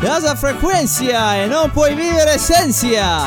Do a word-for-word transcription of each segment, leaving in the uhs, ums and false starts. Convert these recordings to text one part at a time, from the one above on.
Casa Frequencia e non puoi vivere senza.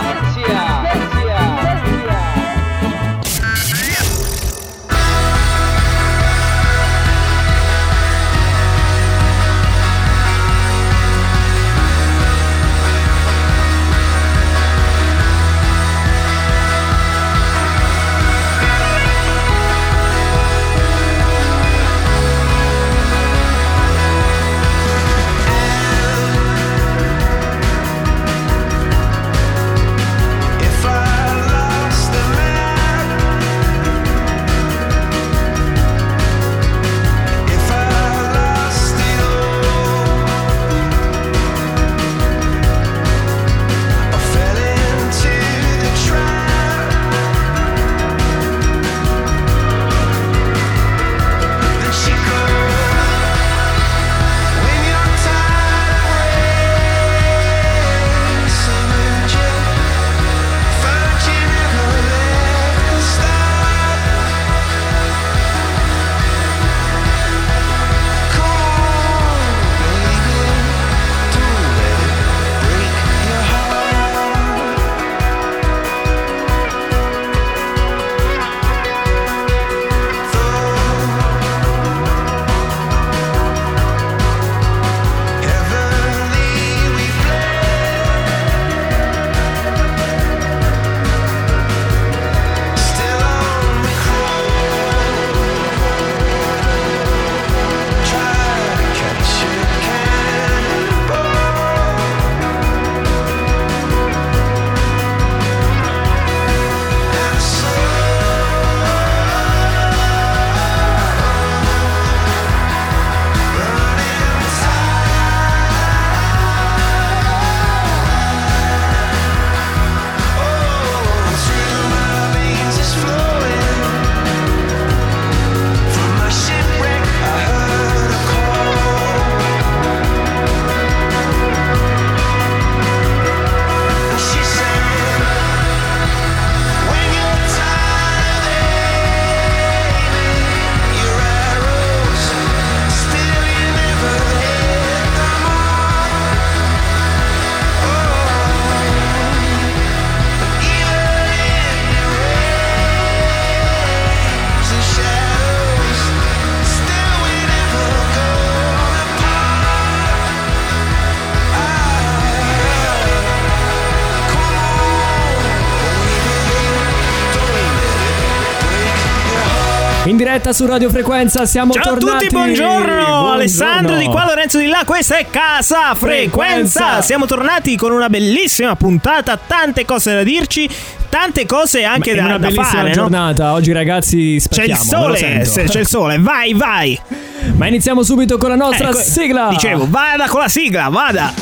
In diretta su Radio Frequenza siamo Ciao tornati. Ciao a tutti, buongiorno. buongiorno Alessandro di qua, Lorenzo di là. Questa è Casa Frequenza. Frequenza. Siamo tornati con una bellissima puntata, tante cose da dirci, tante cose anche da, una da bellissima fare, giornata, no? Oggi ragazzi spacchiamo. C'è il sole, se, c'è il sole, vai vai. Ma iniziamo subito con la nostra ecco, sigla. Dicevo, vada con la sigla, vada.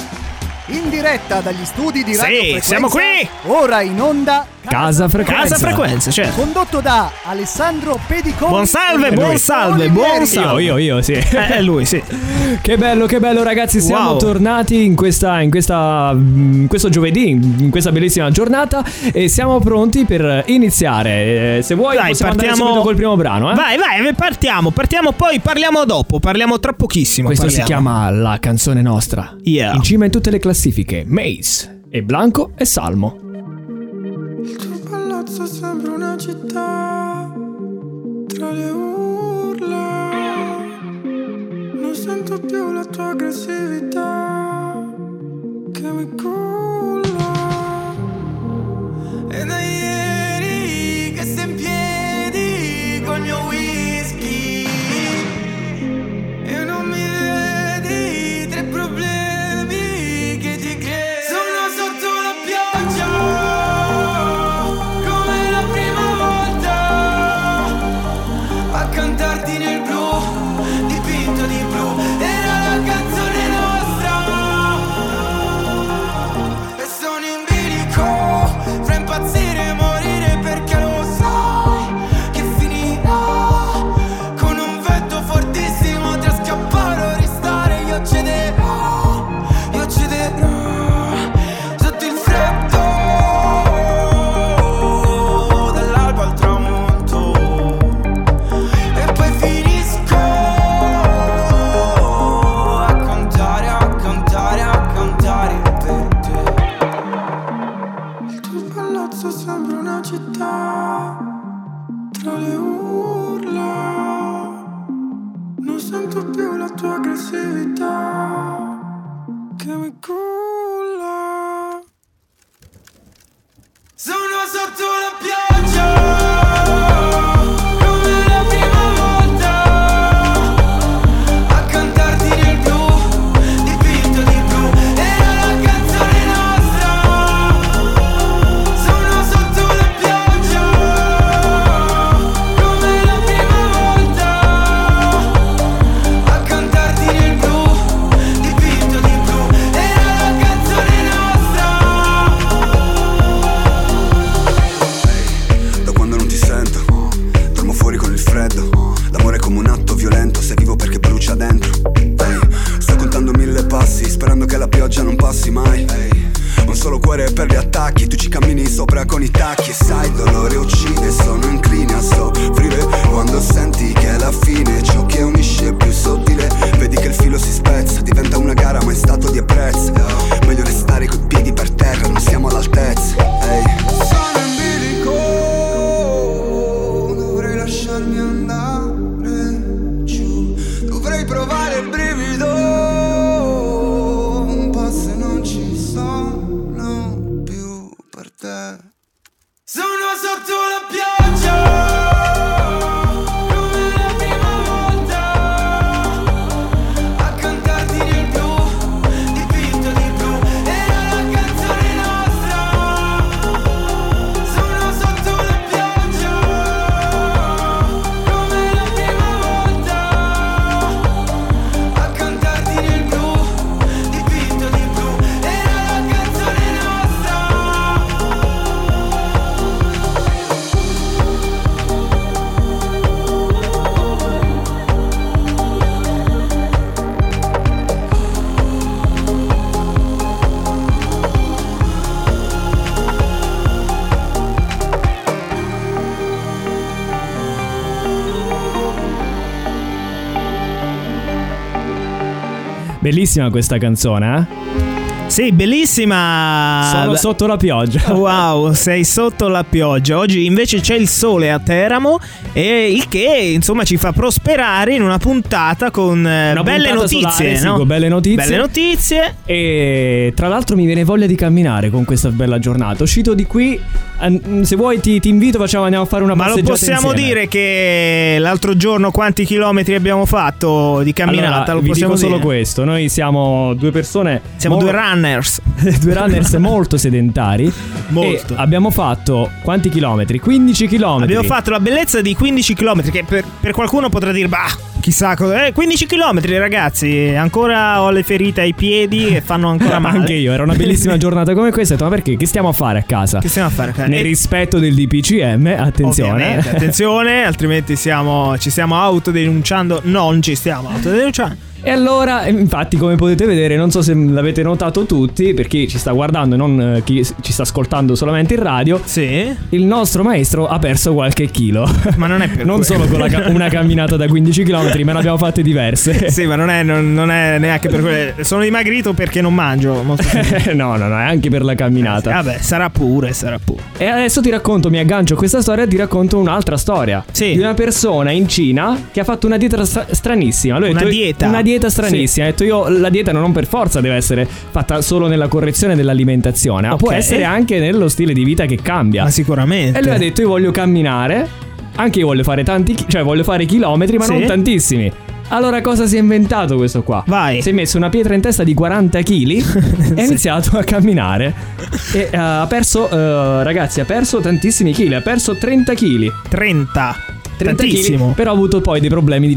In diretta dagli studi di Radio sì, Frequenza. Siamo qui. Ora in onda Casa Frequenza. Casa Frequenza, certo. Condotto da Alessandro Pediconi. Buon salve, buon salve, buon salve. Io, io, io, sì. È lui, sì. Che bello, che bello ragazzi, siamo wow. tornati in questa, in questa, in questo giovedì, in questa bellissima giornata e siamo pronti per iniziare. Se vuoi Dai, possiamo partiamo andare subito col primo brano, eh? Vai, vai, partiamo, partiamo poi parliamo dopo, parliamo tra pochissimo. Questo parliamo. si chiama La canzone nostra. Yeah. In cima in tutte le classifiche, Mace e Blanco e Salmo. Il tuo palazzo sembra una città tra le urla. Non sento più la tua aggressività che mi culla. E da ieri che sei in piedi col mio whisky e non mi vedi tre problemi che ti crei. Sono sotto la pioggia come la prima volta a cantarti nel blu dipinto di blu. Era la canzone nostra che mi culla. Sono sotto la pioggia come la prima volta, a cantarti nel blu, dipinto di blu, era la canzone nostra. Sono sotto la pioggia come la prima volta, a cantarti nel blu, dipinto di blu, era la canzone nostra. Da quando non ti sento, dormo fuori con il freddo. L'amore è come un atto violento, se vivo perché brucia dentro. Ehi, sto contando mille passi, sperando che la pioggia non passi mai. Ehi, un solo cuore per gli attacchi, tu ci cammini sopra con i tacchi. E sai, il dolore uccide, sono incline a soffrire quando senti che è la fine. Ciò che unisce è più sottile, vedi che il filo si spezza, diventa una gara ma è stato di apprezzo. Meglio restare coi piedi per terra, non siamo all'altezza. Ehi, sono in bilico, dovrei lasciarmi andare giù, dovrei provare il brivido, un po' se non ci sono più per te. Sono sotto la pioggia come la prima volta, a cantarti nel blu, dipinto di blu, era la canzone nostra. Sono sotto la pioggia come la prima volta, a cantarti nel blu, dipinto di blu, era la canzone nostra. Bellissima questa canzone, eh? Sì, bellissima. Sono sotto la pioggia. Wow, sei sotto la pioggia. Oggi invece c'è il sole a Teramo, e il che insomma ci fa prosperare in una puntata con eh, Una belle puntata notizie, solare, sì, no? con belle notizie. Belle notizie. E tra l'altro mi viene voglia di camminare con questa bella giornata. Uscito di qui, an- se vuoi ti, ti invito, facciamo, andiamo a fare una Ma lo passeggiata possiamo insieme. dire che l'altro giorno quanti chilometri abbiamo fatto di camminata? Allora, lo vi possiamo dico dire? solo questo. Noi siamo due persone, Siamo mo- due runners. due runners molto sedentari. Molto. E abbiamo fatto quanti chilometri? quindici chilometri. Abbiamo fatto la bellezza di quindici chilometri, che per, per qualcuno potrà dire, bah, chissà cosa. Eh, quindici chilometri, ragazzi. Ancora ho le ferite ai piedi e fanno ancora male. Anche io, era una bellissima giornata come questa. Ho detto, ma perché? Che stiamo a fare a casa? Che stiamo a fare? Nel E- rispetto del D P C M, attenzione. Ovviamente, attenzione, altrimenti siamo, ci stiamo autodenunciando. Non ci stiamo autodenunciando. E allora, infatti, come potete vedere, non so se l'avete notato tutti, per chi ci sta guardando e non eh, chi ci sta ascoltando solamente in radio, Sì. il nostro maestro ha perso qualche chilo. Ma non è per Non quello. solo con la ca- una camminata da quindici chilometri, ma ne abbiamo fatte diverse. Sì, ma non è, non, non è neanche per quello. Sono dimagrito perché non mangio molto semplice. No, no, no, è anche per la camminata. Vabbè, sarà pure, sarà pure. E adesso ti racconto, mi aggancio a questa storia e ti racconto un'altra storia. Sì. Di una persona in Cina che ha fatto una dieta stra- stranissima. Lui ha Una detto- dieta? Una dieta stranissima. Ha detto, io la dieta non per forza deve essere fatta solo nella correzione dell'alimentazione, ma Ok. può essere anche nello stile di vita che cambia. Ma sicuramente. E lui ha detto, io voglio camminare, anche io voglio fare tanti, chi- cioè voglio fare chilometri, ma Sì. non tantissimi. Allora cosa si è inventato questo qua? Vai. Si è messo una pietra in testa di quaranta chili e ha iniziato a camminare. E eh, ha perso, eh, ragazzi, ha perso tantissimi chili. Ha perso trenta chili. trenta. trenta Tantissimo. chili, però ha avuto poi dei problemi di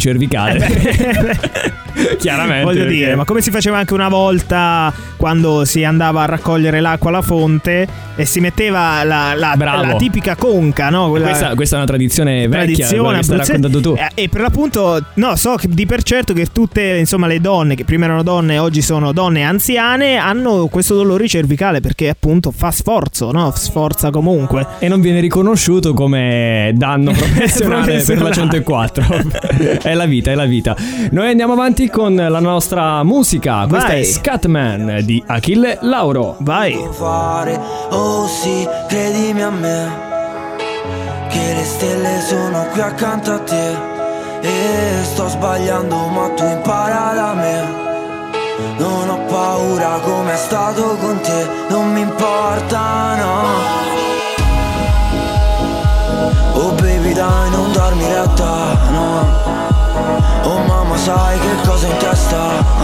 cervicale. Chiaramente. Voglio perché- dire, ma come si faceva anche una volta quando si andava a raccogliere l'acqua alla fonte e si metteva la, la, Bravo. la tipica conca, no? Quella Questa, questa è una tradizione vecchia, tradizione quella che stai abruzzese. raccontando tu. Eh, E per l'appunto, no, so che di per certo che tutte, insomma, le donne che prima erano donne e oggi sono donne anziane hanno questo dolore cervicale perché appunto fa sforzo, no? Sforza comunque. E non viene riconosciuto come danno professionale per la cento e quattro. È la vita, è la vita. Noi andiamo avanti con la nostra musica. Questa Vai. è Scatman di Achille Lauro. Vai. fare, oh sì, credimi a me, che le stelle sono qui accanto a te. E sto sbagliando ma tu impara da me. Non ho paura come è stato con te, non mi importa, no. Oh baby dai, non darmi retta, no. Oh mamma sai che cosa in testa,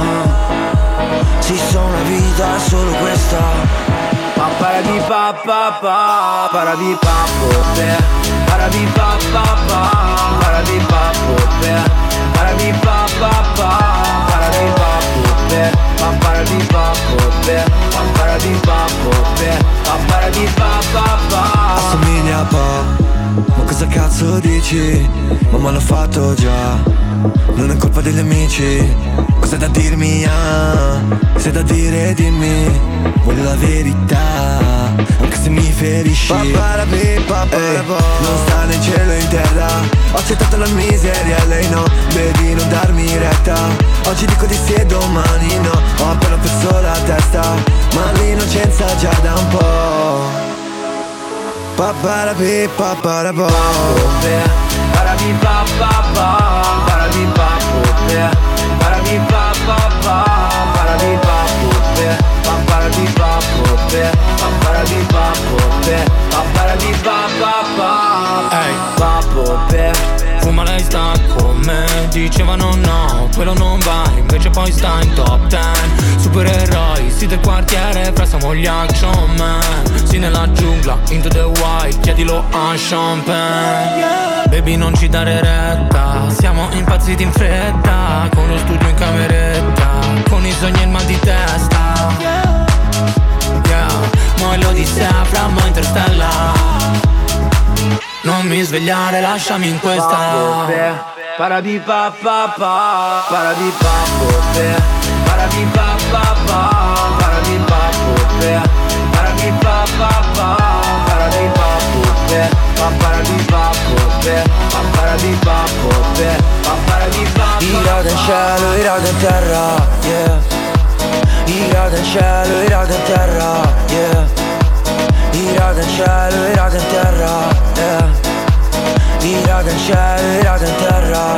uh. Sì, so una vita è solo questa. Ma parabi pa pa pa, parabi pa po pe, parabi pa pa pa, parabi pa po pe, parabi pa pa pa, parabi pa po pe, ma parabi pa po pe, ma parabi pa po pe, ma parabi pa pa pa. Assomiglia a pa. Ma cosa cazzo dici? Mamma l'ho fatto già. Non è colpa degli amici. Cos'è da dirmi? Ah, se da dire dimmi. Voglio la verità, anche se mi ferisci. Paparabi, paparabi, non sta né in cielo né in terra. Ho accettato la miseria e lei no. Baby non darmi retta. Oggi dico di sì e domani no. Ho appena perso la testa, ma l'innocenza già da un po'. Paparabi, paparabi, parabi pa pa pa, parabi pa po pe, parabi pa pa pa, parabi pa po pe, parabi pa po pe, parabi pa po pe, parabi pa pa pa. Ehi, pa po pe. Fuma lei sta con me, dicevano no, quello non va, invece poi sta in top ten. Supereroi, sì del quartiere, fra siamo gli action man. Sì nella giungla, into the wild, chiedilo a Champagne. Baby non ci dare retta, siamo impazziti in fretta, con lo studio in cameretta, con i sogni e il mal di testa. Yeah, mo' è l'odissea fra mo' interstellar. Non mi svegliare, lasciami in questa. Parabi pa pa pa, parabi pa po pe, parabi pa pa pa, parabi pa po pe, parabi pa pa pa, parabi pa po pe, parabi pa po pe, parabi pa po pe, parabi pa pa. Irato in cielo, irato in terra, yeah. Irato in cielo, irato in terra, yeah. Irato in cielo, irato in terra, yeah. Irato in cielo, irato in terra.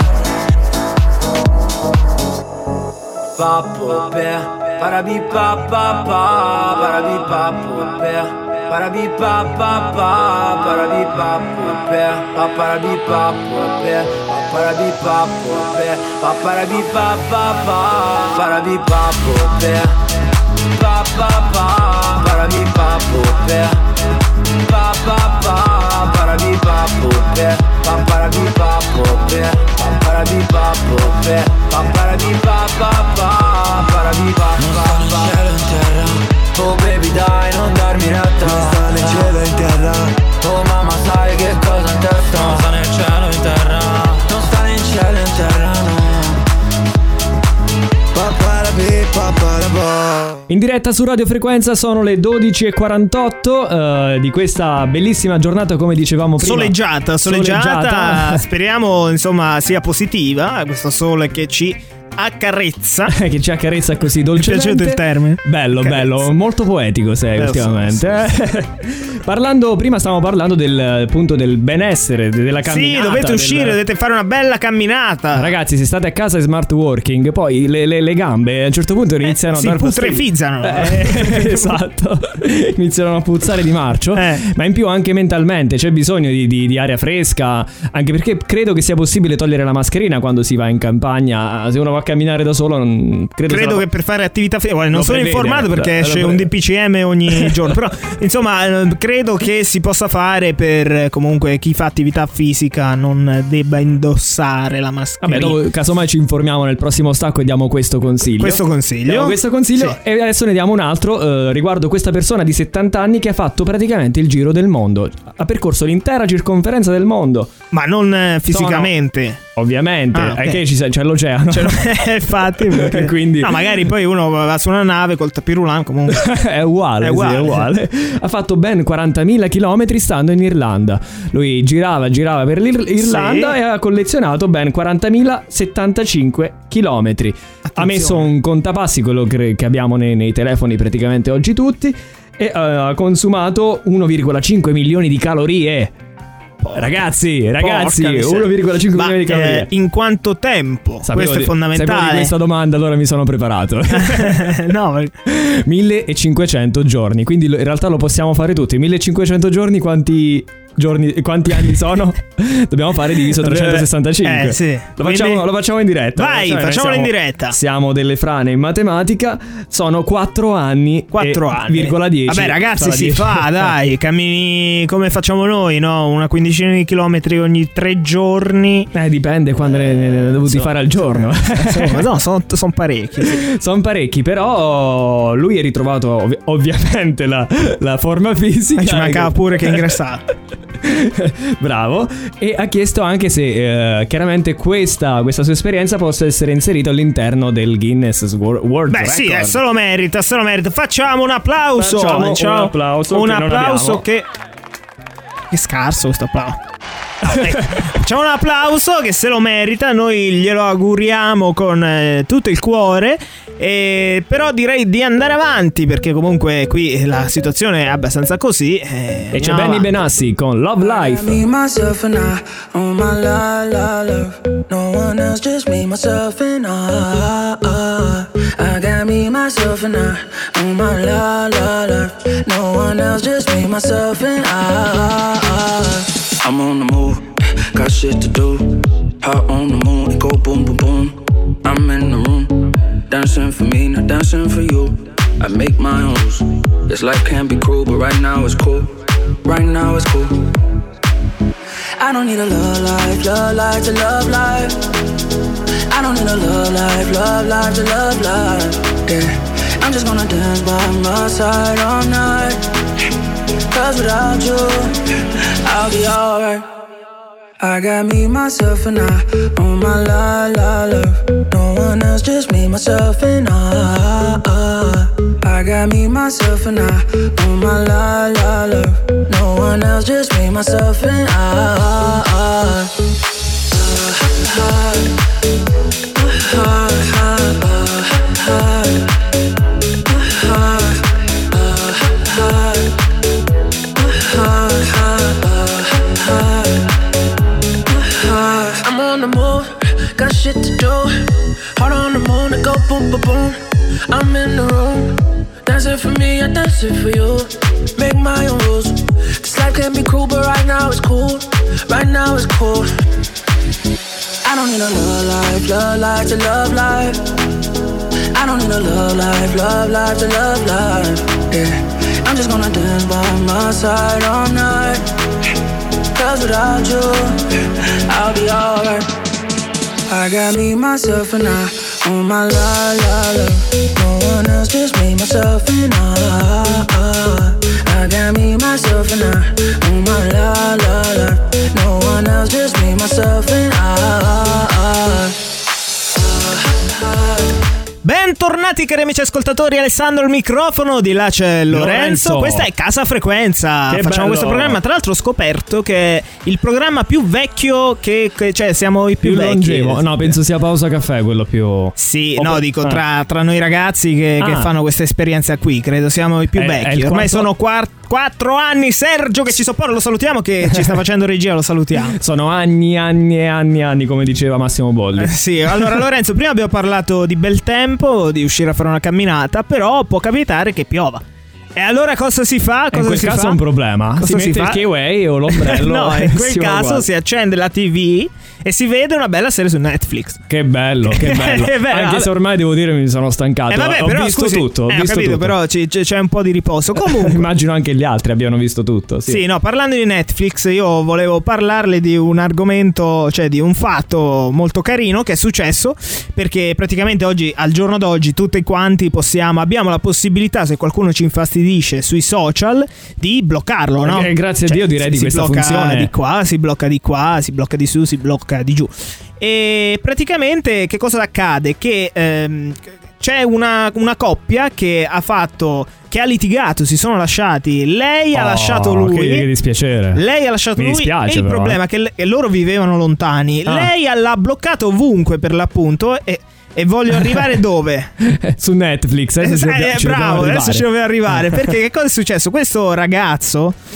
Papo pe, parabi pa pa pa, parabi pa po pe, parabi pa pa pa, parabi pa po pe, parabi pa po pe, parabi pa po pe, parabi pa pa pa, parabi pa po pe, pa pa pa, parabi pa po pe, pa pa pa, parabi pa po pe, parabi pa po pe, parabi pa po pe, parabi pa pa pa, parabi pa pa pa. Non sta né in cielo in terra. Oh baby dai non darmi retta. Non sta né in cielo in terra. Oh mamma sai che cosa in testa. Non sta né in cielo in terra. Non sta né in cielo in terra no. Paparabi, paparabi. In diretta su Radio Frequenza sono le dodici e quarantotto uh, di questa bellissima giornata, come dicevamo prima. Soleggiata, soleggiata, soleggiata. Speriamo insomma sia positiva questo sole che ci accarezza. Che ci accarezza così dolcemente. Mi è piaciuto il termine? Bello, Carezza. bello, molto poetico sei Bello, ultimamente. sì, sì, sì. Parlando, prima stavamo parlando del appunto del benessere, della camminata. Sì, dovete uscire, del... dovete fare una bella camminata. Ragazzi, se state a casa e smart working, poi le, le, le gambe a un certo punto iniziano eh, a dar si putrefizzano. Eh, esatto. Iniziano a puzzare di marcio. Eh. Ma in più anche mentalmente c'è bisogno di, di, di aria fresca. Anche perché credo che sia possibile togliere la mascherina quando si va in campagna. Se uno va a camminare da solo non credo, credo la... che per fare attività fisica, non lo sono prevede, informato perché esce un D P C M ogni giorno. Però insomma credo che si possa fare per comunque chi fa attività fisica non debba indossare la mascherina. Vabbè, dopo, casomai ci informiamo nel prossimo stacco e diamo questo consiglio. Questo consiglio Diamo questo consiglio sì. E adesso ne diamo un altro eh, riguardo questa persona di settanta anni che ha fatto praticamente il giro del mondo. Ha percorso l'intera circonferenza del mondo. Ma non eh, fisicamente. No, no. Ovviamente, ah, okay. È che c'è, c'è l'oceano. C'è lo... infatti perché... Quindi... No, magari poi uno va su una nave col tapirulan comunque. È uguale, è uguale. Sì, è uguale. Ha fatto ben quarantamila chilometri stando in Irlanda. Lui girava, girava per l'Irlanda sì. E ha collezionato ben quarantamila settantacinque chilometri. Attenzione. Ha messo un contapassi, quello che abbiamo nei, nei telefoni praticamente oggi tutti, e uh, ha consumato uno virgola cinque milioni di calorie. Ragazzi, ragazzi, Porca uno virgola cinque milioni di calorie. Eh, in quanto tempo? Sapevo Questo di, è fondamentale. sapevo di questa domanda, allora mi sono preparato. No, millecinquecento giorni, quindi in realtà lo possiamo fare tutti. millecinquecento giorni, quanti giorni, quanti anni sono? Dobbiamo fare diviso trecentosessantacinque. Eh, sì. Lo Quindi- facciamo, lo facciamo in diretta. Vai, Cioè, noi facciamolo in siamo- diretta. Siamo delle frane in matematica. Sono quattro anni. quattro e anni. Virgola dieci. Vabbè, ragazzi, sarà si dieci. fa, dai. Cammini come facciamo noi, no? Una quindicina di chilometri ogni tre giorni. Eh, dipende quando ne, ne, ne dovuti So- fare al giorno. Insomma, no, sono son parecchi. Sì. Sono parecchi, però lui ha ritrovato ov- ovviamente la, la forma fisica. Eh, ci mancava pure che ingrassato. Bravo. E ha chiesto anche se eh, chiaramente questa, questa sua esperienza possa essere inserita all'interno del Guinness Wor- World Beh, Record. sì, eh, se lo merita, se lo merita. Facciamo un applauso. Facciamo Facciamo un applauso Un che non applauso abbiamo. che. Che scarso questo applauso. Ecco, facciamo un applauso che se lo merita, noi glielo auguriamo con eh, tutto il cuore. E però direi di andare avanti, perché comunque qui la situazione è abbastanza così. eh, E c'è andiamo Benny avanti. Benassi con Love Life. Me, myself and I, oh my la la love. No one else, just me, myself and I. I got me, myself and I, oh my la la love. No one else, just me, myself and I. I'm on the move, got shit to do. Hot on the moon, it go boom boom boom. I'm in the room, dancing for me, not dancing for you. I make my own rules. This life can be cruel, but right now it's cool. Right now it's cool. I don't need a love life, love life to love life. I don't need a love life, love life to love life. Yeah, I'm just gonna dance by my side all night. Cause without you, I'll be alright. I got me, myself and I, oh my la la love. No one else, just me, myself and I. I got me, myself and I, oh my la la love. No one else, just me, myself and I. I'm on the move, got shit to do. Heart on the moon, it go boom, boom, boom. I'm in the room, dancing for me, I dance it for you. Make my own rules. This life can be cruel, but right now it's cool. Right now it's cool. I don't need a love life, love life to love life. I don't need a love life, love life to love life. Yeah, I'm just gonna dance by my side all night. Cause without you, I'll be alright. I got me, myself and I, oh my la la la. No one else, just me, myself and I. I got me, myself and I, oh my la la la. No one else, just me, myself and I. Bentornati cari amici ascoltatori, Alessandro al microfono, di là c'è Lorenzo. Lorenzo. Questa è Casa Frequenza. Che Facciamo bello. questo programma, tra l'altro ho scoperto che è il programma più vecchio che, che- cioè siamo i più, Più vecchi. longevo. No, penso sia Pausa Caffè quello più. Sì, O- no, dico ah. tra, tra noi ragazzi che, che Ah. fanno questa esperienza qui, credo siamo i più È- è vecchi. il Ormai quarto- sono quattro Quattro anni, Sergio che ci sopporta, lo salutiamo, che ci sta facendo regia, lo salutiamo. Sono anni, anni e anni e anni, come diceva Massimo Bolli. Eh, sì, allora Lorenzo, prima abbiamo parlato di bel tempo, di uscire a fare una camminata, però può capitare che piova. E allora cosa si fa? In Cosa quel si caso fa? è un problema. Cosa si mette si fa? il K-Way o l'ombrello. No, e in quel si va caso guarda. si accende la tivù e si vede una bella serie su Netflix. Che bello, che bello. È vero, Anche vabbè. se ormai devo dire mi sono stancato. Eh vabbè, ho però visto scusi, tutto. Ho eh, ho visto capito, tutto. però ci- c'è, c'è un po' di riposo. Comunque, Immagino anche gli altri abbiano visto tutto. Sì. sì, no, parlando di Netflix, io volevo parlarle di un argomento, cioè di un fatto molto carino che è successo, perché praticamente oggi, al giorno d'oggi, tutti quanti possiamo, abbiamo la possibilità, se qualcuno ci infastidisce sui social, di bloccarlo, no? Eh, grazie a Dio, direi si- di si questa blocca funzione. di qua, si blocca di qua, si blocca di su, si blocca di giù. E praticamente che cosa accade? Che ehm, c'è una, una coppia che ha fatto, che ha litigato, si sono lasciati. Lei ha Oh, lasciato lui. Che, che dispiacere. Lei ha lasciato Mi lui dispiace, e il però, problema eh. è che, le- che loro vivevano lontani. Ah. Lei l'ha bloccato ovunque, per l'appunto, e, e voglio arrivare dove? Su Netflix. Eh, Adesso ci eh, dobbiamo- ci dobbiamo bravo, adesso arrivare. ci doveva arrivare. Perché che cosa è successo? Questo ragazzo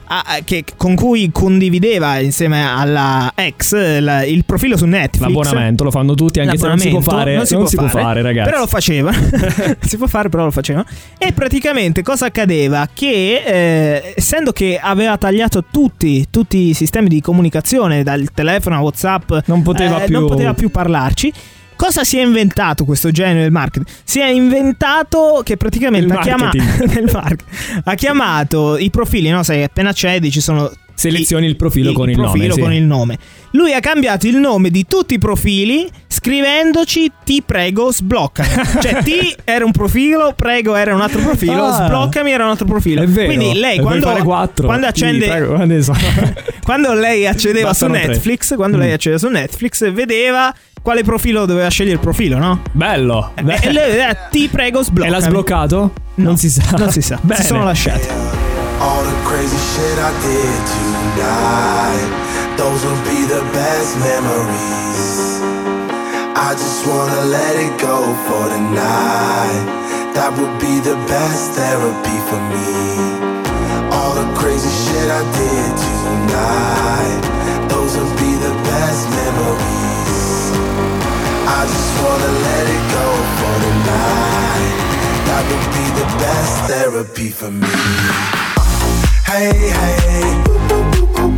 a, che, con cui condivideva insieme alla ex la, il profilo su Netflix. L'abbonamento lo fanno tutti, anche se non si può fare, non si, non può, si fare, può fare, ragazzi. Però lo faceva. Si può fare, però lo faceva. E praticamente cosa accadeva? Che eh, essendo che aveva tagliato tutti, tutti i sistemi di comunicazione, dal telefono a WhatsApp, non poteva, eh, più... non poteva più parlarci. Cosa si è inventato questo genio del marketing? Si è inventato che praticamente ha, chiama- ha chiamato i profili, no? Sai, appena accedi ci sono... Selezioni il profilo, il, con, il il profilo nome, con sì. il nome. Lui ha cambiato il nome di tutti i profili scrivendoci ti prego sbloccami. Cioè ti era un profilo, prego era un altro profilo, ah, sbloccami era un altro profilo. È vero. Quindi lei quando, quando accende ti prego, adesso. quando lei accedeva Bastano su Netflix, tre. quando mm. lei accedeva su Netflix vedeva quale profilo doveva scegliere il profilo, no? Bello. E lei vedeva ti prego sbloccami. E l'ha sbloccato? No, non si sa. Non si sa. Bene. Si sono lasciati. All the crazy shit I did tonight, those will be the best memories. I just wanna let it go for tonight. That would be the best therapy for me. All the crazy shit I did tonight, those will be the best memories. I just wanna let it go for tonight. That would be the best therapy for me. Hey, hey, uh,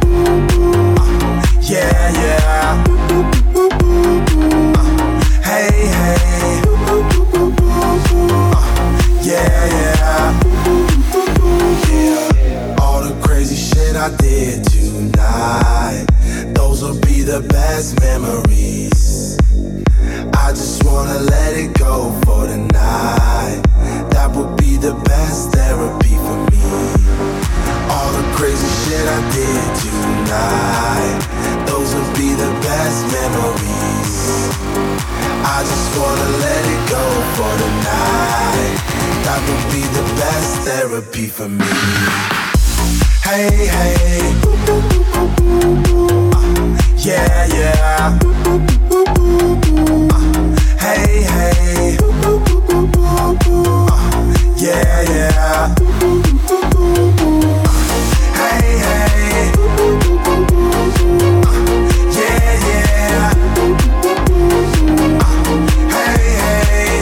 yeah, yeah. Uh, hey, hey, uh, yeah, yeah. Yeah. All the crazy shit I did tonight, those will be the best memories. I just wanna let it go for tonight. That would be the best therapy for me. All the crazy shit I did tonight, those will be the best memories. I just wanna let it go for tonight. That would be the best therapy for me. Hey, hey, uh, yeah, yeah. Uh, hey, hey, uh, yeah, yeah. Hey, hey, uh, yeah, yeah. Uh, hey, hey,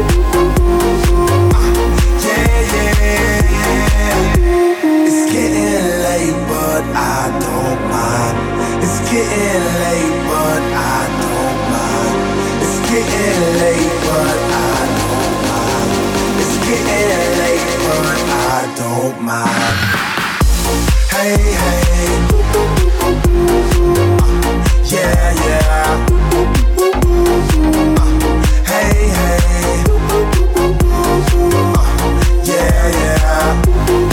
uh, yeah, yeah. It's getting late, but I don't mind. It's getting late, but I don't mind. It's getting late, but I don't mind. It's getting late, but I don't mind. Hey, hey, uh, yeah, yeah. Uh, hey, hey, uh, yeah, yeah.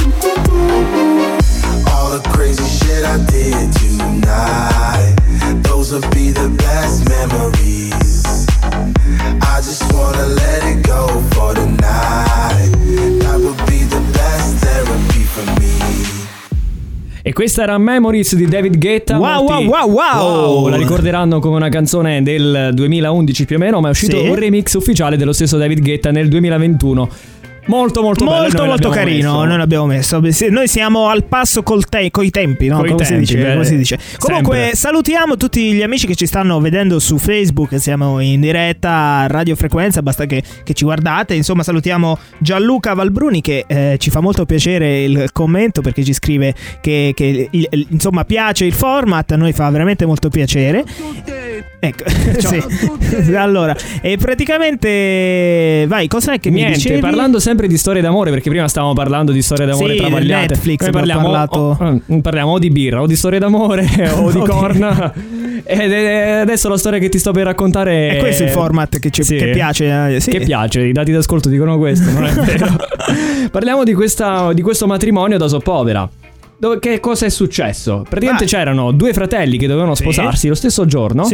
All the crazy shit I did tonight, those will be the best memories. I just wanna let it go for tonight. That would be the best therapy for me. E questa era Memories di David Guetta. Wow, Molti, wow, wow, wow, wow. La ricorderanno come una canzone del duemilaundici più o meno, ma è uscito sì. un remix ufficiale dello stesso David Guetta nel duemilaventuno. Molto molto bello, molto noi molto carino, messo. noi l'abbiamo messo. Noi siamo al passo col te- coi tempi, no? Coi Come, tempi, si dice, beh, come si dice. Comunque sempre. salutiamo tutti gli amici che ci stanno vedendo su Facebook. Siamo in diretta a Radio Frequenza, basta che, che ci guardate. Insomma, salutiamo Gianluca Valbruni che eh, ci fa molto piacere il commento, perché ci scrive che, che il, il, insomma piace il format, a noi fa veramente molto piacere. Ecco, sì. Allora, e praticamente vai, cos'è che Niente, mi dicevi? parlando sempre di storie d'amore, perché prima stavamo parlando di storie d'amore sì, travagliate. Netflix, noi parliamo, parlato... o, o, parliamo o di birra o di storie d'amore o di corna. Ed adesso la storia che ti sto per raccontare è questo il format che, ci, sì, che piace, eh, sì. Che piace, i dati d'ascolto dicono questo, non è vero? Parliamo di, questa, di questo matrimonio da soppopera. Dove, che cosa è successo? Praticamente ah. c'erano due fratelli che dovevano sì. sposarsi lo stesso giorno. Sì.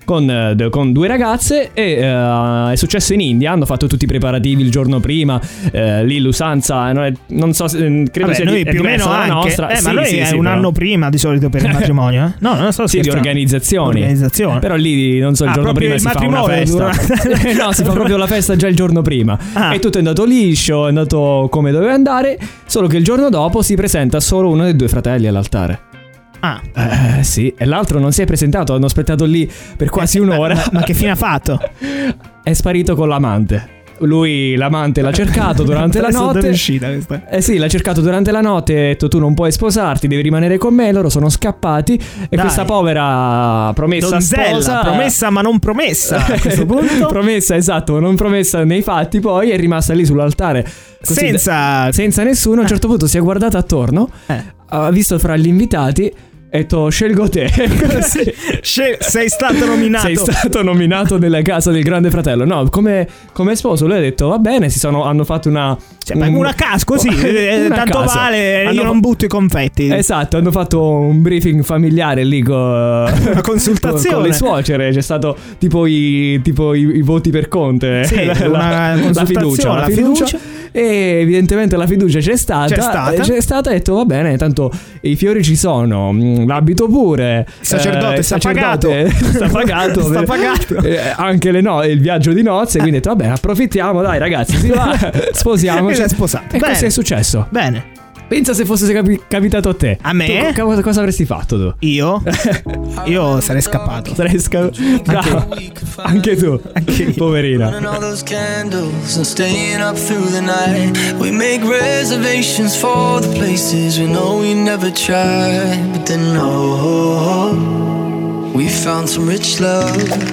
con, eh, con due ragazze e eh, è successo in India. Hanno fatto tutti i preparativi il giorno prima. Eh, lì l'usanza non, è, non so se credo Vabbè, sia noi di, più o meno la anche. nostra. Eh, sì, ma noi sì, è sì, un però. anno prima di solito per il matrimonio, eh? No, non sto Sì, di scherzando. organizzazioni. Organizzazione. Però lì non so, il Ah, giorno proprio prima il si fa una matrimonio festa. dura- No, si fa proprio la festa già il giorno prima. Ah. E tutto è andato liscio, è andato come doveva andare. Solo che il giorno dopo si presenta solo uno dei due fratelli all'altare. Ah. Eh sì, e l'altro non si è presentato. Hanno aspettato lì per quasi un'ora. Ma, ma che fine ha fatto? È sparito con l'amante. Lui, l'amante, l'ha cercato durante la Adesso dove è notte. uscita questa? Eh sì, l'ha cercato durante la notte e ha detto tu non puoi sposarti, devi rimanere con me. Loro sono scappati e Dai. questa povera promessa Donzella, sposa, promessa ma non promessa a questo punto. promessa, esatto, ma non promessa nei fatti, poi è rimasta lì sull'altare così, Senza senza nessuno. A un certo punto si è guardata attorno, Eh. ha visto fra gli invitati e ha detto scelgo te. Così. Scel- sei stato nominato. Sei stato nominato nella casa del grande fratello. No, come, come sposo lui ha detto va bene, si sono, hanno fatto una Cioè, ma una casa così, eh, Una tanto casa. vale, Hanno- io non butto i confetti. Esatto, hanno fatto un briefing familiare lì con Una consultazione. con, con le suocere. C'è stato tipo i, tipo i, i voti per Conte. Sì, la, una la consultazione, fiducia, la la fiducia. fiducia. E evidentemente la fiducia c'è stata. C'è stata. Eh, C'è stata e ha detto va bene, tanto i fiori ci sono, mh, l'abito pure. Il sacerdote eh, sta sacerdote sta pagato. Sta per- pagato. eh, anche le no, il viaggio di nozze. Quindi ha detto va bene, approfittiamo, dai ragazzi, si va, sposiamoci. E si è sposato. E Bene. questo è successo. Bene. Pensa se fosse capi- capitato a te. A me? Tu, co- cosa avresti fatto tu? Io? Io sarei scappato. Sarei sca- Bravo. Anche tu. Anche io. Poverina. Burning all those candles and staying up through the night. We make reservations for the places we know we never tried. But then no, we found some rich love.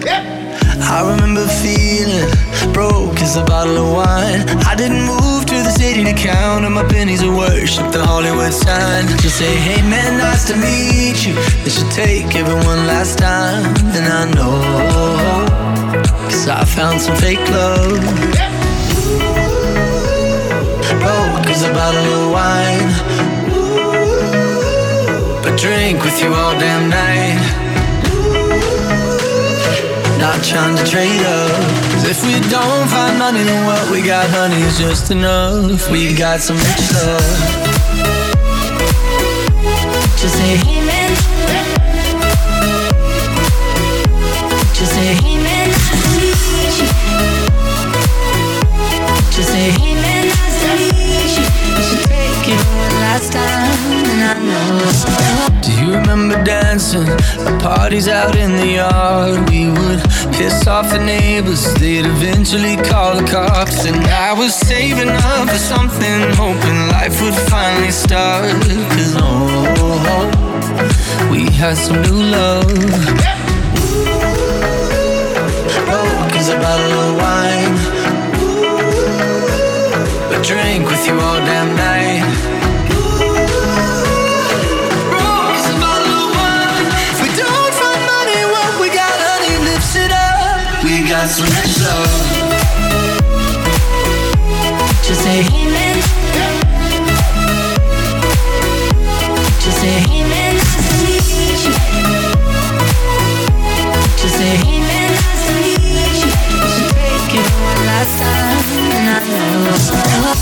I remember feeling broke as a bottle of wine. I didn't move to the city to count on my pennies of worship the Hollywood sign. Just say, hey man, nice to meet you. They should take everyone last time. And I know, cause I found some fake love. Broke as a bottle of wine. But drink with you all damn night. Not trying to trade up. 'Cause if we don't find money, then what we got, honey, is just enough. We got some rich love. Just say hey man. Just say hey man, nice to meet you. Just say hey man, nice to meet you. We should take it one last time, and I know. Do you remember dancing at parties out in the yard? We would piss off the neighbors, they'd eventually call the cops. And I was saving up for something, hoping life would finally start. Cause oh, we had some new love. Broke as a bottle of wine. But drink with you all damn night. We got some rich love. Just say hey man. Just say hey man, nice to meet you. Just say hey man, nice to meet you. We should take it one last time, and I know.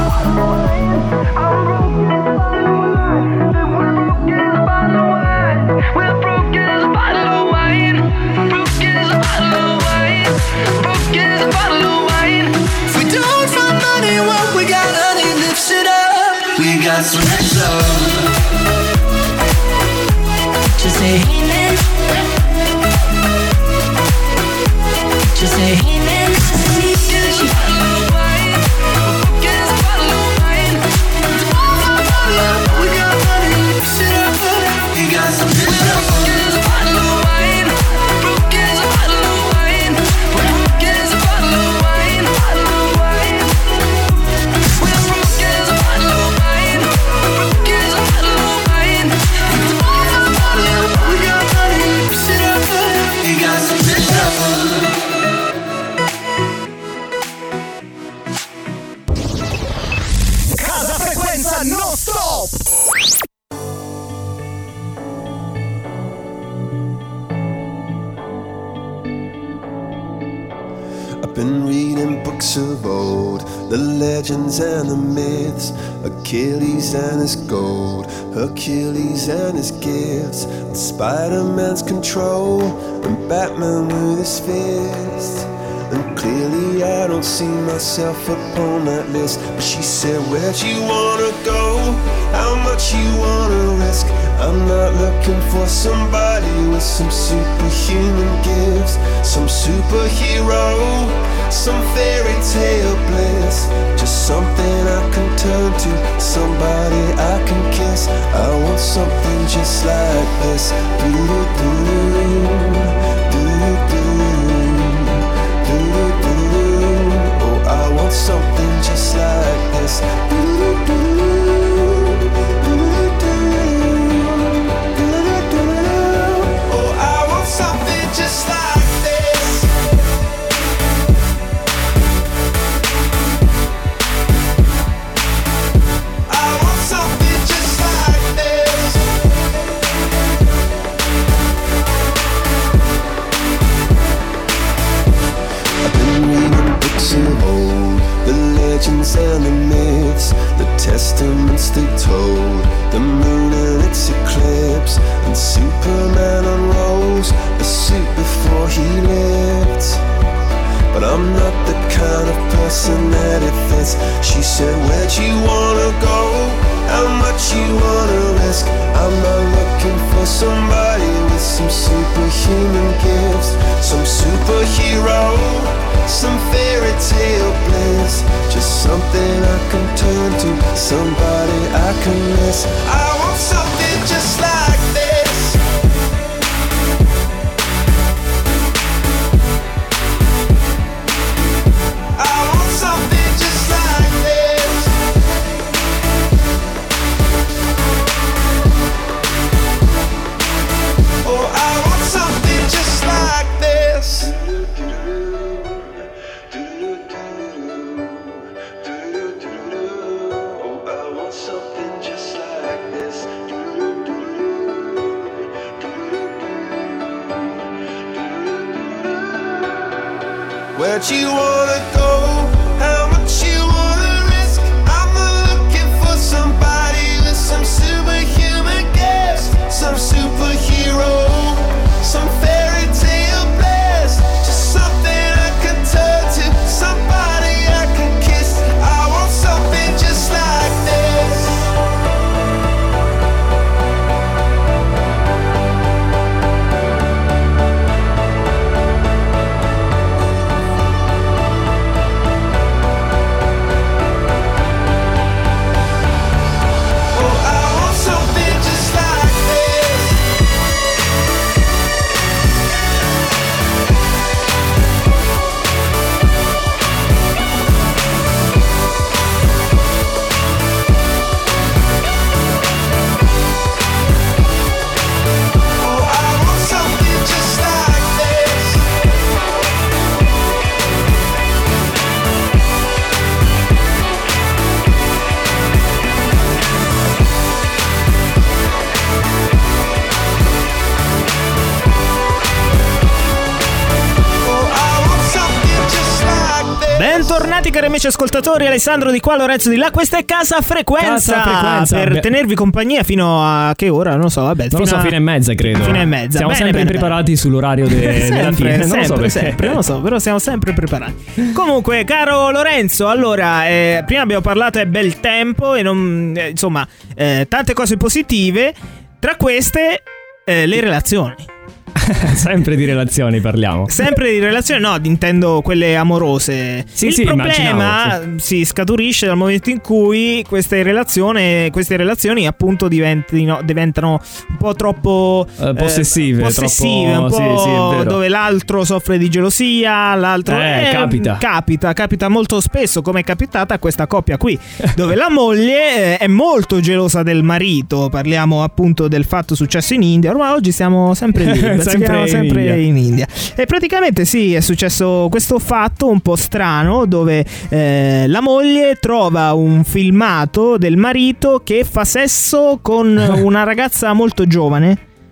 We're broke as a bottle of wine. Broke as a bottle of wine. Broke as a bottle of wine. If we don't find money, what we got, honey, lifts it up. We got some rich love. Just say hey man. Just say hey man, nice to meet you. Broke as a bottle of wine. We got money, lifts it up. We got some rich love. Casa Frequenza non stop. of old, the legends and the myths, Achilles and his gold, Hercules and his gifts, and Spider-Man's control, and Batman with his fist. And clearly I don't see myself upon that list. But she said, where'd you wanna go? How much you wanna risk? I'm not looking for somebody with some superhuman gifts, some superhero, some fairy tale bliss. Just something I can turn to, somebody I can kiss. I want something just like this. Do-do-do, do-do-do. Oh, I want something just like this. Oh, I want something just like this. I want something just like this. I've been reading books of old, the legends and the myths, the testaments they told, the moon and its eclipse, and Superman unrolls a suit before he lived. But I'm not the kind of person that it fits. She said, where'd you wanna go? How much you wanna risk? I'm not looking for somebody with some superhuman gifts, some superhero, some fairy tale bliss. Just something I can turn to, somebody I can miss. I want something just like this. I want something just like this. Oh, I want something just like this. Oh, I want something just like this. Where'd you wanna go? How much you wanna risk? I'm not looking for somebody with some superhuman gifts, some superhero, some fairy tale bliss. Just something I can turn to, somebody I can kiss. I want something just like this. Bentornati cari amici ascoltatori, Alessandro di qua, Lorenzo di là, questa è Casa Frequenza, Casa Frequenza. per Beh. tenervi compagnia fino a che ora? Non lo so, vabbè, Non lo fino so, a... fine e mezza credo. Fine e mezza. Siamo Bene, sempre bene, preparati sull'orario de- della sempre, fine. Non sempre, lo so perché. sempre, non lo so, però siamo sempre preparati. Comunque, caro Lorenzo, allora, eh, prima abbiamo parlato è bel tempo e non, eh, insomma, eh, tante cose positive, tra queste eh, le relazioni. Sempre di relazioni parliamo. Sempre di relazioni, no, intendo quelle amorose. Sì, Il sì, problema immaginavo, si scaturisce dal momento in cui queste relazioni, queste relazioni appunto diventino, diventano un po' troppo Eh, possessive, eh, possessive, troppo- un po' sì, sì, è vero. dove l'altro soffre di gelosia, l'altro Eh, capita. capita, capita molto spesso, come è capitata a questa coppia qui, dove la moglie eh, è molto gelosa del marito. Parliamo appunto del fatto successo in India. Ormai oggi siamo sempre lì, Sempre siamo in sempre India. in India. E praticamente sì, è successo questo fatto un po' strano dove eh, la moglie trova un filmato del marito che fa sesso con una ragazza molto giovane.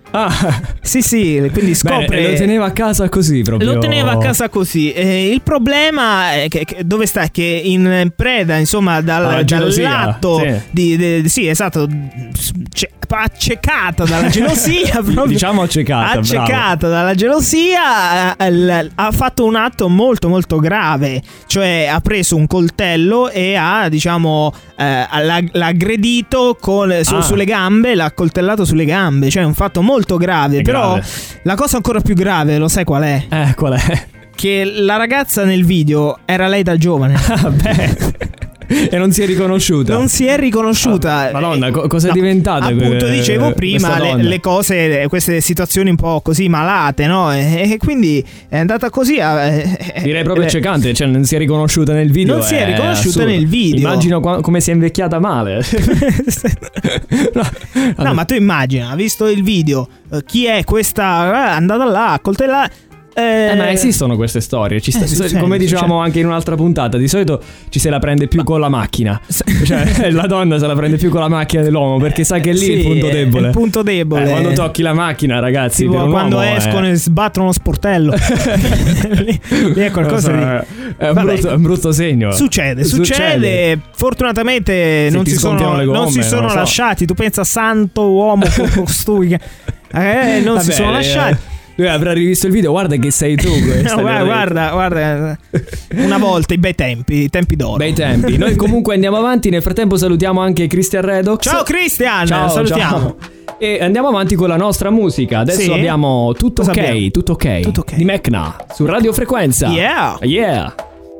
Ah, sì, sì, quindi scopre. Bene, lo teneva a casa così proprio. Lo teneva a casa così. Eh, il problema è che, che dove sta? Che in preda, insomma, dal, dall'atto sì. di, di, sì, esatto, c- accecata dalla gelosia, proprio, diciamo accecata, accecata bravo. dalla gelosia, eh, l- ha fatto un atto molto molto grave, cioè ha preso un coltello e ha, diciamo, eh, l'ha, l'ha aggredito con, su, ah. sulle gambe, l'ha coltellato sulle gambe, cioè un fatto molto grave. È però grave. La cosa ancora più grave, lo sai qual è? Eh, qual è? Che la ragazza nel video era lei da giovane. Ah, beh. E non si è riconosciuta. Non si è riconosciuta. Ah, Madonna, co- cosa è no, diventata? Appunto, que- dicevo prima, le, le cose, queste situazioni un po' così malate, no? E, e quindi è andata così. A, eh, Direi proprio accecante, cioè non si è riconosciuta nel video. Non si è riconosciuta assurdo. nel video. Immagino qua- come si è invecchiata male. no, no, ma tu immagina, ha visto il video, eh, chi è questa? È andata là, a coltellare. Eh, eh, ma esistono queste storie, ci sta, eh, succede, come dicevamo succede. anche in un'altra puntata. Di solito ci se la prende più con la macchina, cioè la donna se la prende più con la macchina dell'uomo, perché sa che lì sì, è il punto debole. Il punto debole. Eh, quando tocchi la macchina, ragazzi, tipo, per un quando uomo escono è... e sbattono lo sportello. lì, lì è qualcosa so, di è un brutto, un brutto segno. Succede, succede, succede. Fortunatamente se non si, sono, gomme, non si sono non so. lasciati. Tu pensa, santo uomo costui che eh, non Vabbè, si sono lasciati. Eh. Lui avrà rivisto il video, guarda che sei tu. No, guarda, guarda, guarda, una volta, i bei tempi, i tempi d'oro. Bei tempi. Noi comunque andiamo avanti. Nel frattempo salutiamo anche Christian Redox. Ciao Christian, ciao, salutiamo. Ciao. E andiamo avanti con la nostra musica. Adesso sì? abbiamo tutto Cosa ok, abbiamo? tutto ok, tutto ok. Di Mecna su Radio Frequenza. Yeah. Yeah.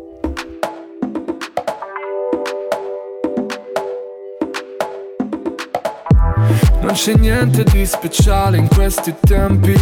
Non c'è niente di speciale in questi tempi.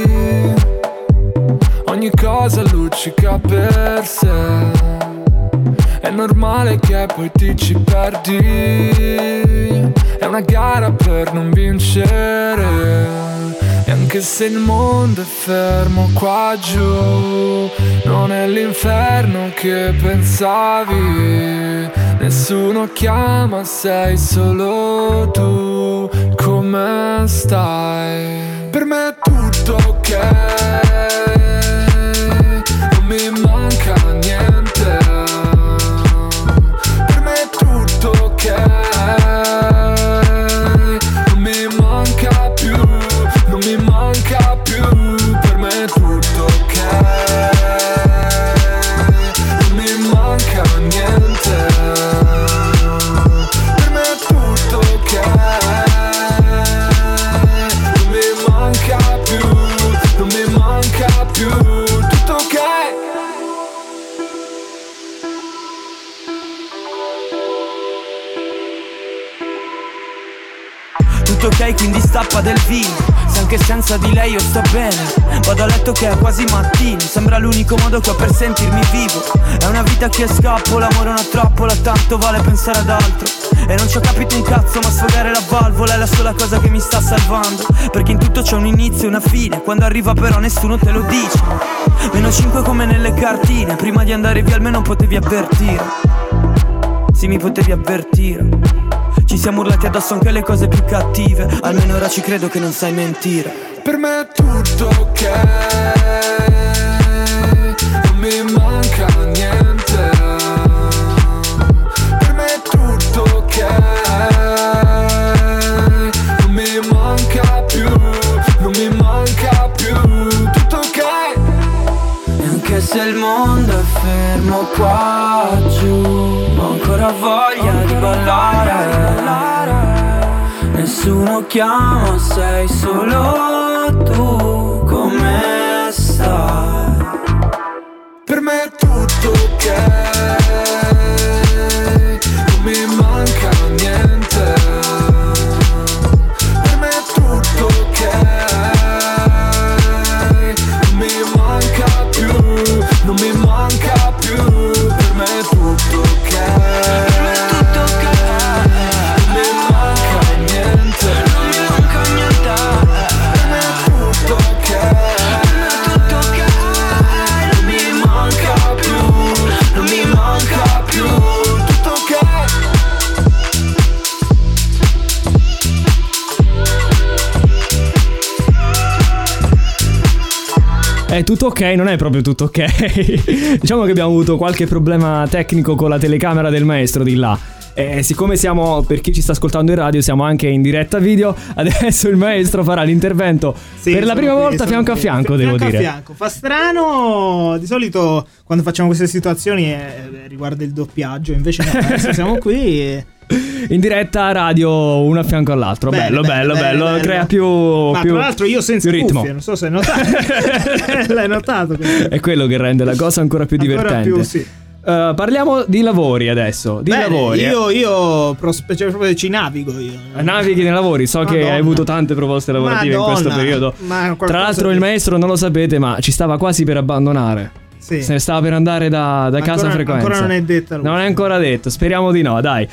Ogni cosa luccica per sé. È normale che poi ti ci perdi. È una gara per non vincere. E anche se il mondo è fermo qua giù, non è l'inferno che pensavi. Nessuno chiama, sei solo tu. Come stai? Per me è tutto ok. Non mi manca niente. Per me è tutto ok. Non mi manca più. Non mi manca più. Per me è tutto ok. Non mi manca niente. Per me è tutto ok. Non mi manca più. Non mi manca più. Tutto ok. Tutto ok, quindi stappa del vino. Se anche senza di lei io sto bene. Vado a letto che è quasi mattino. Sembra l'unico modo che ho per sentirmi vivo. È una vita che scappo, l'amore è una trappola. Tanto vale pensare ad altro. E non ci ho capito un cazzo, ma sfogare la valvola è la sola cosa che mi sta salvando. Perché in tutto c'è un inizio e una fine. Quando arriva però nessuno te lo dice. Meno cinque come nelle cartine. Prima di andare via almeno potevi avvertire. Sì, mi potevi avvertire. Ci siamo urlati addosso anche le cose più cattive. Almeno ora ci credo che non sai mentire. Per me è tutto ok. Non mi manca niente. Per me è tutto ok. Non mi manca più. Non mi manca più. Tutto ok. E anche se il mondo è fermo qua giù, ho ancora voglia di ballare. Nessuno chiama, sei solo tu. Come stai? Per me è tutto ok. Non mi manca niente. Per me è tutto ok. Non mi manca più. Non mi manca più. Per me è tutto ok. Per me è tutto ok. Non mi manca niente. Non mi manca niente. Per me è tutto ok. Per me è tutto ok. Non mi manca più. Non mi manca più. È tutto ok, non è proprio tutto ok. Diciamo che abbiamo avuto qualche problema tecnico con la telecamera del maestro di là. E siccome siamo, per chi ci sta ascoltando in radio, siamo anche in diretta video, adesso il maestro farà l'intervento sì, per la prima qui, volta fianco qui. a fianco, fianco devo a dire. Fianco. Fa strano, di solito quando facciamo queste situazioni eh, riguarda il doppiaggio, invece no, adesso siamo qui e... in diretta radio, uno a fianco all'altro. Bello, bello, bello, bello, bello. Crea più, ma più tra l'altro io senza ritmo. Cuffie, non so se hai notato. L'hai notato questo. È quello che rende la cosa ancora più ancora divertente. Più, sì. Uh, parliamo di lavori adesso. Di Bene, lavori. Io, io prospe- cioè, proprio ci navigo io. Navighi nei lavori. So Madonna. Che hai avuto tante proposte lavorative Madonna. in questo periodo. Tra l'altro, di... il maestro non lo sapete, ma ci stava quasi per abbandonare. Sì. Se ne stava per andare da, da ancora, Casa Frequenza. Ancora non è detta. Non è ancora detto. Speriamo di no, dai.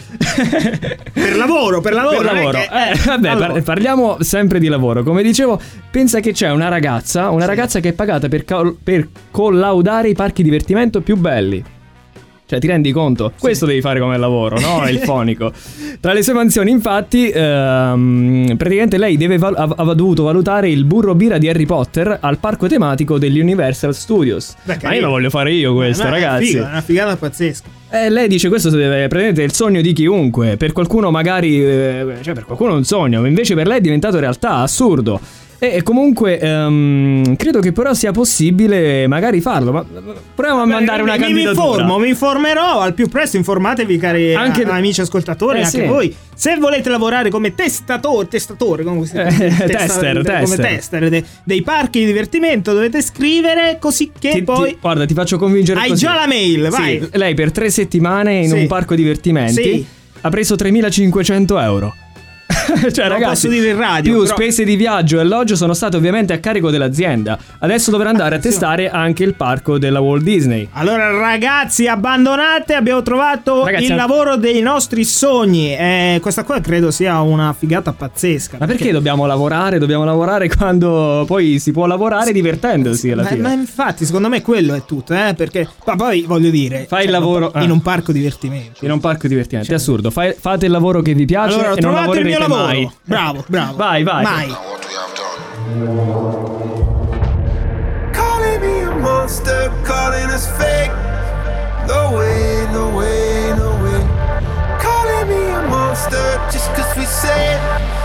Per lavoro, per lavoro. Per lavoro. Che... Eh, vabbè, allora. par- parliamo sempre di lavoro. Come dicevo, pensa che c'è una ragazza, una sì. ragazza che è pagata per, ca- per collaudare i parchi divertimento più belli. Cioè, ti rendi conto? Sì. Questo devi fare come lavoro, no? Il fonico. Tra le sue mansioni, infatti, ehm, praticamente lei deve val- ha dovuto valutare il burro birra di Harry Potter al parco tematico degli Universal Studios. Beh, ma io lo voglio fare io questo, ma ragazzi. È, figo, è una figata pazzesca. Eh, lei dice questo deve prendere il sogno di chiunque. Per qualcuno magari, eh, cioè per qualcuno è un sogno, invece per lei è diventato realtà, assurdo. E comunque um, credo che però sia possibile magari farlo. Ma proviamo a mandare una candidatura. Mi informo, mi informerò al più presto. Informatevi, cari anche, amici ascoltatori, eh, anche sì. voi. Se volete lavorare come testatore, testatore come si eh, tester, tester, come tester, tester de, dei parchi di divertimento, dovete scrivere così che ti, poi. Ti, guarda, ti faccio convincere. Hai così. già la mail, vai. Sì, lei per tre settimane in sì. un parco divertimenti sì. ha preso tremilacinquecento euro. Cioè, non ragazzi, posso dire in radio, più però... spese di viaggio e alloggio sono state ovviamente a carico dell'azienda. Adesso dovrà andare Attenzione. a testare anche il parco della Walt Disney. Allora ragazzi, abbandonate, abbiamo trovato ragazzi, il an... lavoro dei nostri sogni. eh, Questa qua credo sia una figata pazzesca. Ma perché, perché dobbiamo lavorare? Dobbiamo lavorare quando poi si può lavorare divertendosi alla ma, fine. Ma infatti secondo me quello è tutto, eh, perché ma poi voglio dire, fai cioè, il lavoro in un parco divertimento. In un parco divertimento, cioè, è assurdo. Fai, fate il lavoro che vi piace allora, e non lavorerete il mio lavoro. mai. Bravo, bravo. Vai, vai. Mai. Calling me a monster, calling us fake. No way, no way, no way. Calling me a monster just cause we say it.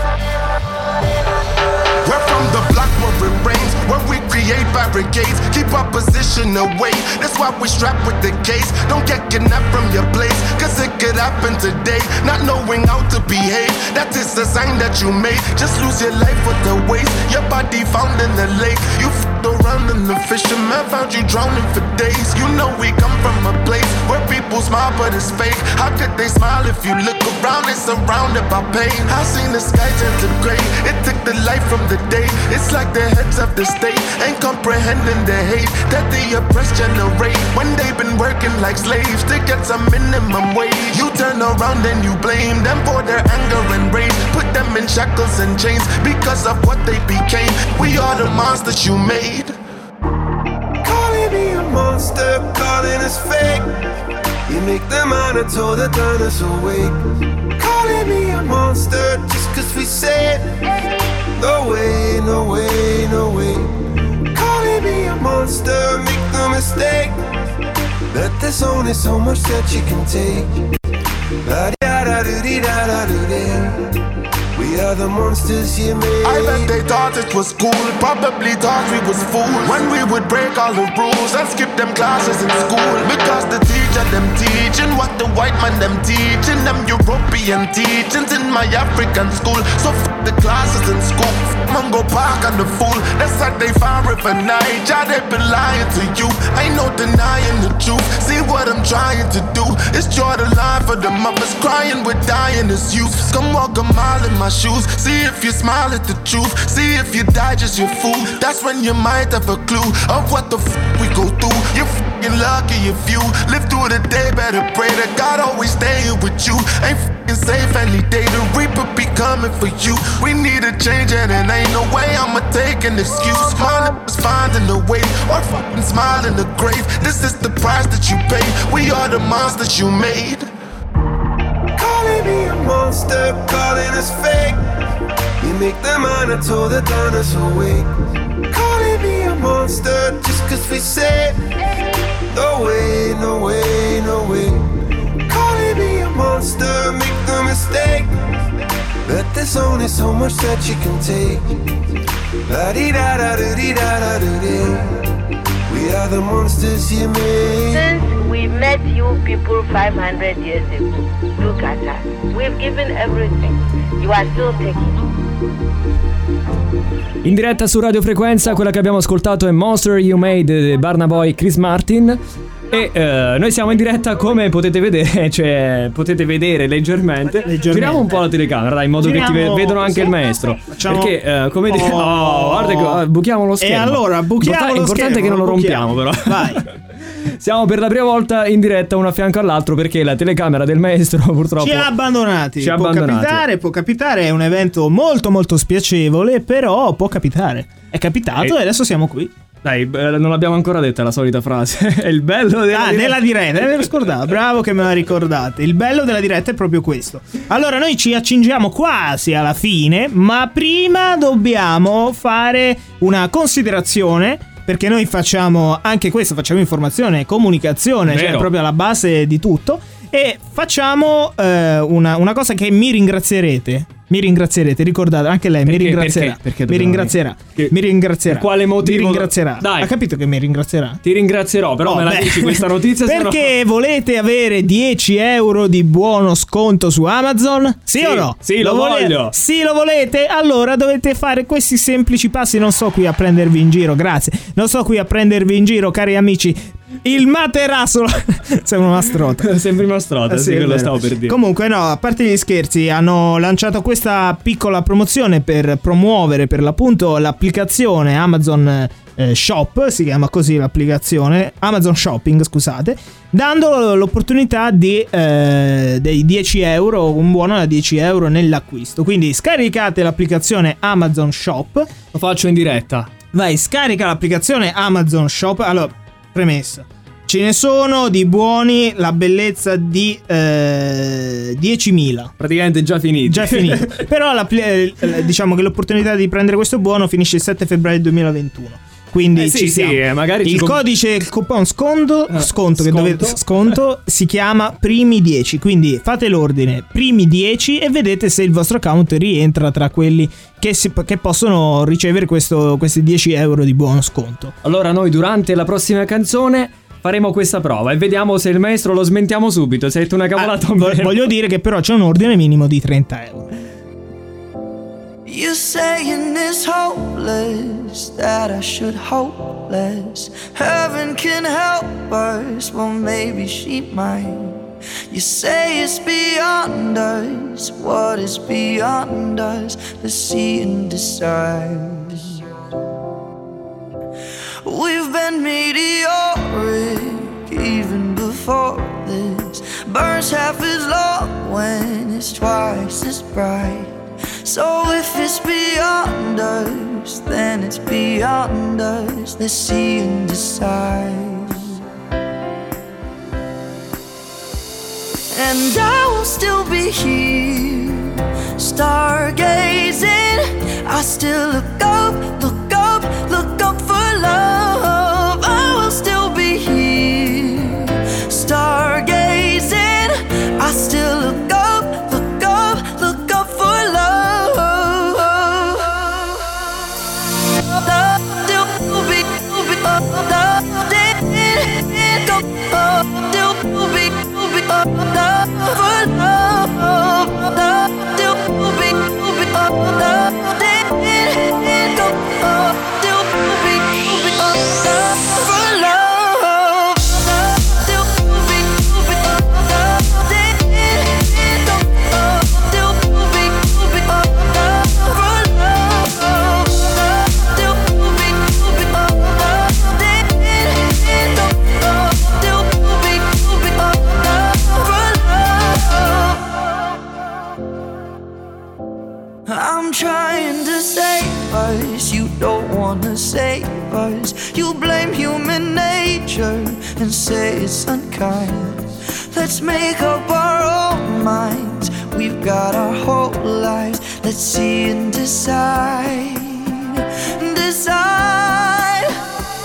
We're from the block where it rains, where we create barricades, keep our position away. That's why we strap with the case. Don't get kidnapped from your place, cause it could happen today. Not knowing how to behave, that is a sign that you made. Just lose your life with the waste, your body found in the lake. You f***ed around and the fisherman found you drowning for days. You know we come from a place where people smile but it's fake. How could they smile if you look around and surrounded by pain? I seen the sky turn to gray, it took the light from the day. It's like the heads of the state ain't comprehending the hate that the oppressed generate when they've been working like slaves to get some minimum wage. You turn around and you blame them for their anger and rage. Put them in shackles and chains because of what they became. We are the monsters you made. Calling me a monster, calling us fake. You make them honor to the dinosaur awake. Calling me a monster just cause we say it. No way, no way, no way. Calling me a monster, make no mistake. That there's only so much that you can take. La-da-da-doo-dee-da-da-doo-dee. We are the monsters you made. I bet they thought it was cool, probably thought we was fools when we would break all the rules and skip them classes in school. Because the teacher them teaching what the white man them teaching, them European teachings in my African school. So f*** the classes in school, f*** Mungo Park and the fool. That's how they found River Niger, they been lying to you. Ain't no denying the truth, see what I'm trying to do is draw the line for the mothers crying with dying as youth. Come walk a mile in my shoes, see if you smile at the truth, see if you digest your food. That's when you might have a clue of what the f*** we go through. You're f***ing lucky if you live through the day, better pray that God always staying with you. Ain't f***ing safe any day, the reaper be coming for you. We need a change and it ain't no way I'ma take an excuse. My niggas finding a way, or f***ing smile in the grave. This is the price that you pay, we are the monsters you made. Calling me a monster, calling us fake. You make them honor to the dinosaur awake. Calling me a monster. monster just cause we say no way, no way, no way. Calling me a monster, make no mistake, but there's only so much that you can take. La-di-da-da-da-di-da-da-da-da. We are the monsters you made. Since we met you people five hundred years ago, look at us. We've given everything. You are still taking. In diretta su Radio Frequenza, quella che abbiamo ascoltato è Monster You Made di Burna Boy, Chris Martin. E uh, noi siamo in diretta, come potete vedere, cioè potete vedere leggermente. leggermente. Giriamo un po' la telecamera, dai, in modo Giriamo, che ti vedano anche sì, il maestro. Facciamo... Perché, uh, come oh, dire, oh, guarda che uh, buchiamo lo schermo. E allora, buchiamo Importante, lo schermo. L'importante è che non lo buchiamo. rompiamo, però. Vai. Siamo per la prima volta in diretta uno a fianco all'altro perché la telecamera del maestro purtroppo ci ha abbandonati. Ci ha può abbandonati. capitare, può capitare, è un evento molto molto spiacevole, però può capitare. È capitato e, e adesso siamo qui. Dai, non l'abbiamo ancora detta la solita frase. È il bello della ah, diretta. Della diretta, me lo scordavo. Bravo che me la ricordate. Il bello della diretta è proprio questo. Allora, noi ci accingiamo quasi alla fine, ma prima dobbiamo fare una considerazione, perché noi facciamo anche questo, facciamo informazione, comunicazione, Vero. Cioè proprio alla base di tutto. E facciamo eh, una, una cosa che mi ringrazierete. Mi ringrazierete, ricordate, anche lei perché, mi ringrazierà. Perché, perché mi ringrazierà. Che, mi ringrazierà. Per quale motivo? Mi ringrazierà. Dai. Ha capito che mi ringrazierà? Ti ringrazierò, però oh, me la beh. dici questa notizia. Perché no... volete avere dieci euro di buono sconto su Amazon? Sì, sì o no? Sì, lo, lo voglio. Vole... Sì, lo volete? Allora dovete fare questi semplici passi. Non sto qui a prendervi in giro, grazie. Non sto qui a prendervi in giro, cari amici. Il materasso. Sembra una strota. Sembri una strota, sì, sì che lo stavo per dire. Comunque no, a parte gli scherzi, hanno lanciato questa piccola promozione per promuovere per l'appunto l'applicazione Amazon eh, Shop, si chiama così l'applicazione Amazon Shopping, scusate, dando l'opportunità di eh, dei dieci euro, un buono da dieci euro nell'acquisto. Quindi scaricate l'applicazione Amazon Shop. Lo faccio in diretta. Vai, scarica l'applicazione Amazon Shop. Allora, premessa, ce ne sono di buoni la bellezza di eh, diecimila. Praticamente già finito. Già finito. Però la, eh, diciamo che l'opportunità di prendere questo buono finisce il sette febbraio duemilaventuno. Quindi eh sì, ci sì, siamo. Eh, magari il ci codice, il coupon sconto, eh, sconto, sconto. Che dovete, sconto si chiama primi dieci. Quindi fate l'ordine primi dieci e vedete se il vostro account rientra tra quelli che, si, che possono ricevere questo, questi dieci euro di buono sconto. Allora noi durante la prossima canzone faremo questa prova e vediamo se il maestro lo smentiamo subito. Se hai detto una cavolata ah, vo- Voglio dire che però c'è un ordine minimo di trenta euro. You're saying it's hopeless, that I should hope less. Heaven can help us, well maybe she might. You say it's beyond us, what is beyond us? Let's see and decide. We've been meteoric even before this. Burns half as long when it's twice as bright. So if it's beyond us, then it's beyond us. Let's see and decide. And I will still be here, stargazing. I still look up, look up, look up for love. I will still be here, stargazing. I still look up, look up, look up for love. I'm trying to save us, you don't wanna save us. You blame human nature and say it's unkind. Let's make up our own minds, we've got our whole lives. Let's see and decide, decide.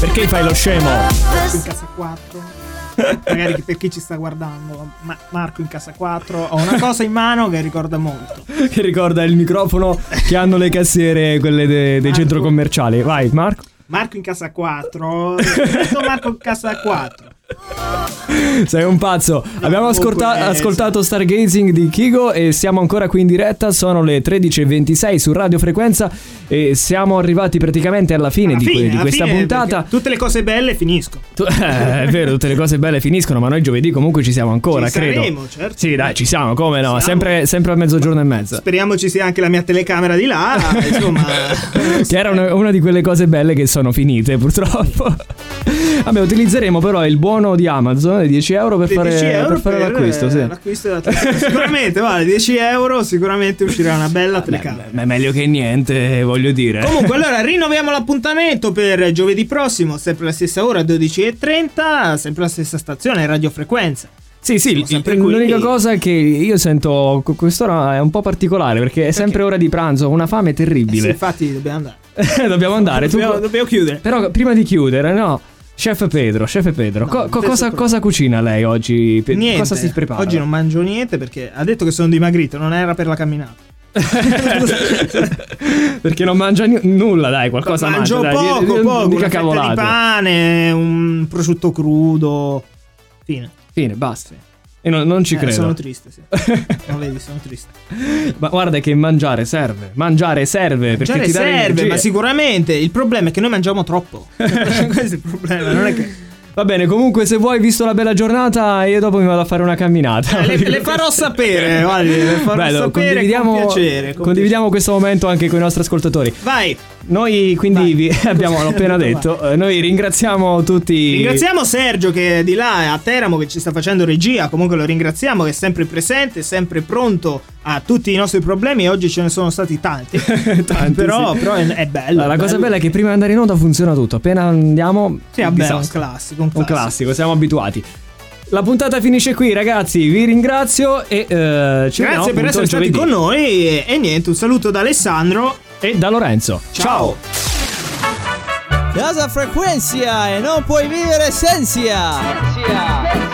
Perché fai lo scemo? In casa quattro. Magari per chi ci sta guardando, Ma- Marco in casa quattro, ho una cosa in mano che ricorda molto. Che ricorda il microfono che hanno le cassiere, quelle de- dei centro commerciali. Vai, Marco. Marco in casa quattro. Marco in casa quattro. Sei un pazzo. No, abbiamo ascolta- eh, ascoltato Stargazing di Kygo e siamo ancora qui in diretta. Sono le tredici e ventisei su Radio Frequenza e siamo arrivati praticamente alla fine, alla di, fine, que- di questa fine, puntata. Tutte le cose belle finiscono. Tu- eh, è vero, tutte le cose belle finiscono, ma noi giovedì comunque ci siamo ancora, ci credo. Saremo, certo. Sì, dai, ci siamo, come no? Sempre, sempre a mezzogiorno e mezza. Speriamo ci sia anche la mia telecamera di là. Insomma, che era una, una di quelle cose belle che sono finite, purtroppo. Vabbè, utilizzeremo però il buono di Amazon di dieci euro per fare, dieci euro per fare per l'acquisto, sì. l'acquisto sicuramente vale dieci euro, sicuramente uscirà una bella telecamera. Ma è meglio che niente, voglio dire. Comunque allora rinnoviamo l'appuntamento per giovedì prossimo, sempre la stessa ora, dodici e trenta, sempre la stessa stazione, Radio Frequenza. Sì, sì, l'unica cosa è che io sento quest'ora è un po' particolare perché è perché? sempre ora di pranzo, una fame terribile. Eh sì, infatti dobbiamo andare. dobbiamo andare. Dobbiamo, tu... dobbiamo chiudere. Però prima di chiudere, no. Chef Pedro, Chef Pedro, no, co- cosa, cosa cucina lei oggi? Niente, cosa si prepara? Oggi non mangio niente perché ha detto che sono dimagrito, non era per la camminata. Perché non mangia n- nulla, dai, qualcosa mangio mangia. Mangio poco, dai, poco, dica una cavolate. fetta di pane, un prosciutto crudo. Fine. Fine, basta. E non, non ci eh, credo. Sono triste, sì. Non vedi, sono triste. Ma guarda che mangiare serve. Mangiare serve perché mangiare ti dà serve, energie. ma sicuramente il problema è che noi mangiamo troppo. Questo è il problema, non è che... Va bene, comunque se vuoi, visto la bella giornata, io dopo mi vado a fare una camminata. Eh, le, le farò sapere, guardi, le farò Bello, sapere condividiamo, con piacere. Con condividiamo piacere. questo momento anche con i nostri ascoltatori. Vai. Noi quindi Vai. vi abbiamo l'ho appena detto, eh, noi ringraziamo tutti. Ringraziamo Sergio che è di là a Teramo che ci sta facendo regia, comunque lo ringraziamo che è sempre presente, sempre pronto a tutti i nostri problemi e oggi ce ne sono stati tanti. tanti però, sì. però è, è bello. Allora, la è cosa bello. bella è che prima di andare in onda funziona tutto, appena andiamo sì, vabbè, un classico, un classico. Un classico, siamo abituati. La puntata finisce qui, ragazzi. Vi ringrazio e uh, ci grazie per essere stati con noi. E, e niente, un saluto da Alessandro e da Lorenzo. Ciao. Casa Frequenza e non puoi vivere senza.